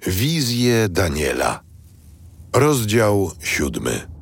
Wizje Daniela. Rozdział 7.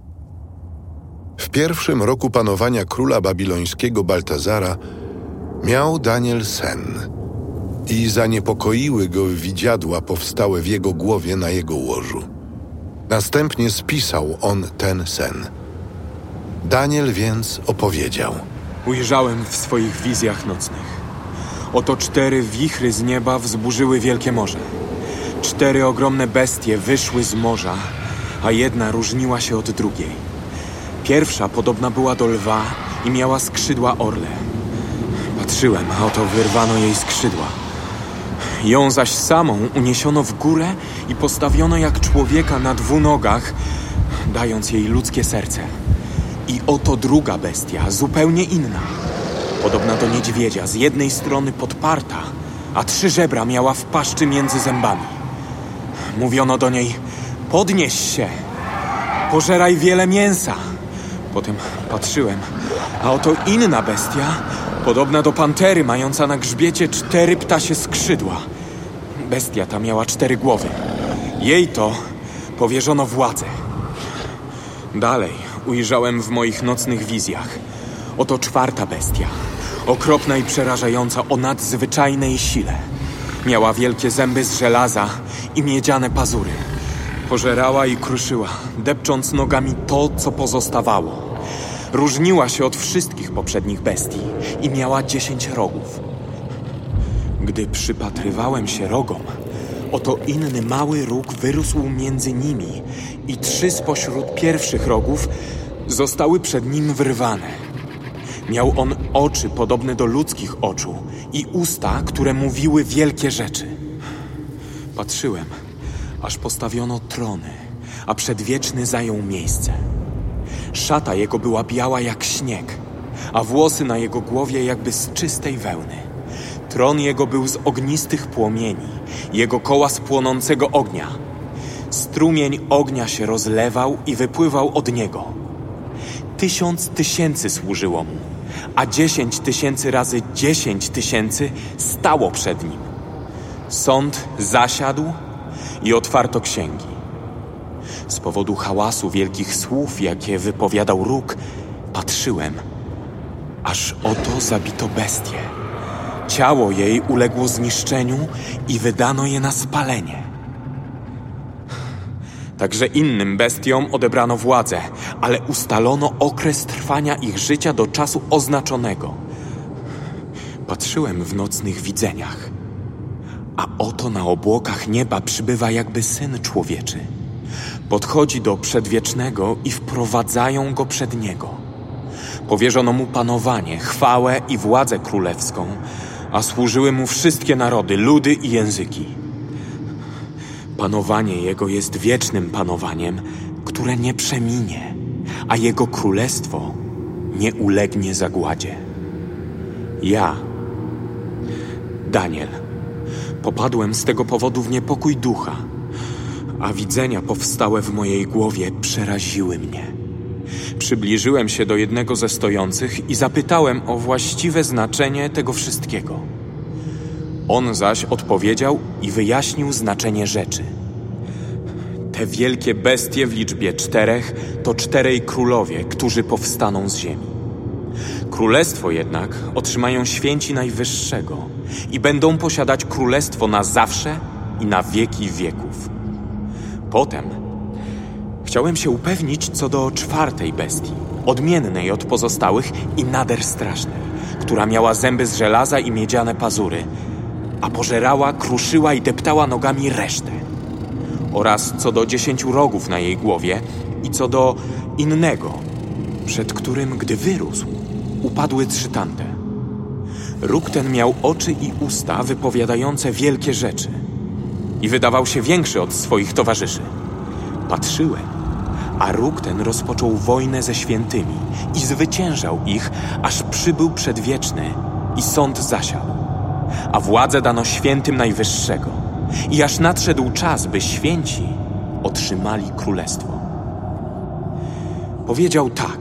W pierwszym roku panowania króla babilońskiego Baltazara miał Daniel sen i zaniepokoiły go widziadła powstałe w jego głowie na jego łożu. Następnie spisał on ten sen. Daniel więc opowiedział. Ujrzałem w swoich wizjach nocnych. Oto 4 wichry z nieba wzburzyły wielkie morze. 4 ogromne bestie wyszły z morza, a jedna różniła się od drugiej. Pierwsza podobna była do lwa i miała skrzydła orle. Patrzyłem, a oto wyrwano jej skrzydła. Ją zaś samą uniesiono w górę i postawiono jak człowieka na 2 nogach, dając jej ludzkie serce. I oto druga bestia, zupełnie inna. Podobna do niedźwiedzia, z jednej strony podparta, a 3 żebra miała w paszczy między zębami. Mówiono do niej: podnieś się, pożeraj wiele mięsa. Potem patrzyłem, a oto inna bestia, podobna do pantery, mająca na grzbiecie 4 ptasie skrzydła. Bestia ta miała 4 głowy. Jej to powierzono władzę. Dalej ujrzałem w moich nocnych wizjach. Oto 4. bestia, okropna i przerażająca o nadzwyczajnej sile. Miała wielkie zęby z żelaza i miedziane pazury. Pożerała i kruszyła, depcząc nogami to, co pozostawało. Różniła się od wszystkich poprzednich bestii i miała 10 rogów. Gdy przypatrywałem się rogom, oto inny mały róg wyrósł między nimi i 3 spośród pierwszych rogów zostały przed nim wyrwane. Miał on oczy podobne do ludzkich oczu i usta, które mówiły wielkie rzeczy. Patrzyłem, aż postawiono trony, a Przedwieczny zajął miejsce. Szata jego była biała jak śnieg, a włosy na jego głowie jakby z czystej wełny. Tron jego był z ognistych płomieni, jego koła z płonącego ognia. Strumień ognia się rozlewał i wypływał od niego. 1000 tysięcy służyło mu, a 10 000 razy 10 000 stało przed nim. Sąd zasiadł i otwarto księgi. Z powodu hałasu wielkich słów, jakie wypowiadał róg, patrzyłem, aż oto zabito bestię. Ciało jej uległo zniszczeniu i wydano je na spalenie. Także innym bestiom odebrano władzę, ale ustalono okres trwania ich życia do czasu oznaczonego. Patrzyłem w nocnych widzeniach, a oto na obłokach nieba przybywa jakby Syn Człowieczy. Podchodzi do Przedwiecznego i wprowadzają go przed Niego. Powierzono mu panowanie, chwałę i władzę królewską, a służyły mu wszystkie narody, ludy i języki. Panowanie Jego jest wiecznym panowaniem, które nie przeminie, a Jego królestwo nie ulegnie zagładzie. Ja, Daniel, popadłem z tego powodu w niepokój ducha, a widzenia powstałe w mojej głowie przeraziły mnie. Przybliżyłem się do jednego ze stojących i zapytałem o właściwe znaczenie tego wszystkiego. On zaś odpowiedział i wyjaśnił znaczenie rzeczy. Te wielkie bestie w liczbie 4 to 4 królowie, którzy powstaną z ziemi. Królestwo jednak otrzymają święci Najwyższego i będą posiadać królestwo na zawsze i na wieki wieków. Potem chciałem się upewnić co do 4. bestii, odmiennej od pozostałych i nader strasznej, która miała zęby z żelaza i miedziane pazury, a pożerała, kruszyła i deptała nogami resztę. Oraz co do 10 rogów na jej głowie i co do innego, przed którym, gdy wyrósł, upadły 3 tamte. Róg ten miał oczy i usta wypowiadające wielkie rzeczy i wydawał się większy od swoich towarzyszy. Patrzyłem, a róg ten rozpoczął wojnę ze świętymi i zwyciężał ich, aż przybył Przedwieczny i sąd zasiadł. A władzę dano świętym Najwyższego i aż nadszedł czas, by święci otrzymali królestwo. Powiedział tak: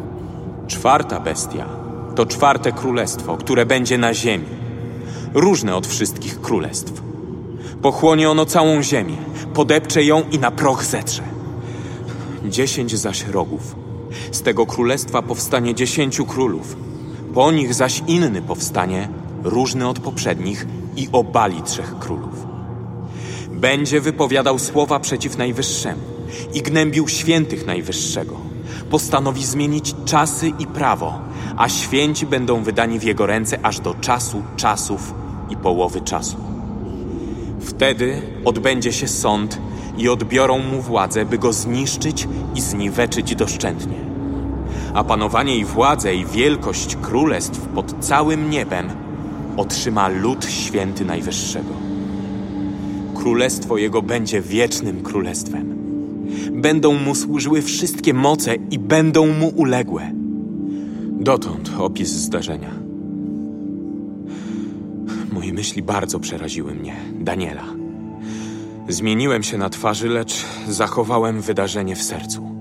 4. bestia to 4. królestwo, które będzie na ziemi, różne od wszystkich królestw. Pochłonie ono całą ziemię, podepcze ją i na proch zetrze. 10 zaś rogów. Z tego królestwa powstanie 10 królów. Po nich zaś inny powstanie, różny od poprzednich i obali 3 królów. Będzie wypowiadał słowa przeciw Najwyższemu i gnębił świętych Najwyższego. Postanowi zmienić czasy i prawo, a święci będą wydani w jego ręce aż do czasu czasów i połowy czasu. Wtedy odbędzie się sąd i odbiorą mu władzę, by go zniszczyć i zniweczyć doszczętnie. A panowanie i władzę i wielkość królestw pod całym niebem otrzyma lud święty Najwyższego. Królestwo jego będzie wiecznym królestwem. Będą mu służyły wszystkie moce i będą mu uległe. Dotąd opis zdarzenia. Moje myśli bardzo przeraziły mnie, Daniela. Zmieniłem się na twarzy, lecz zachowałem wydarzenie w sercu.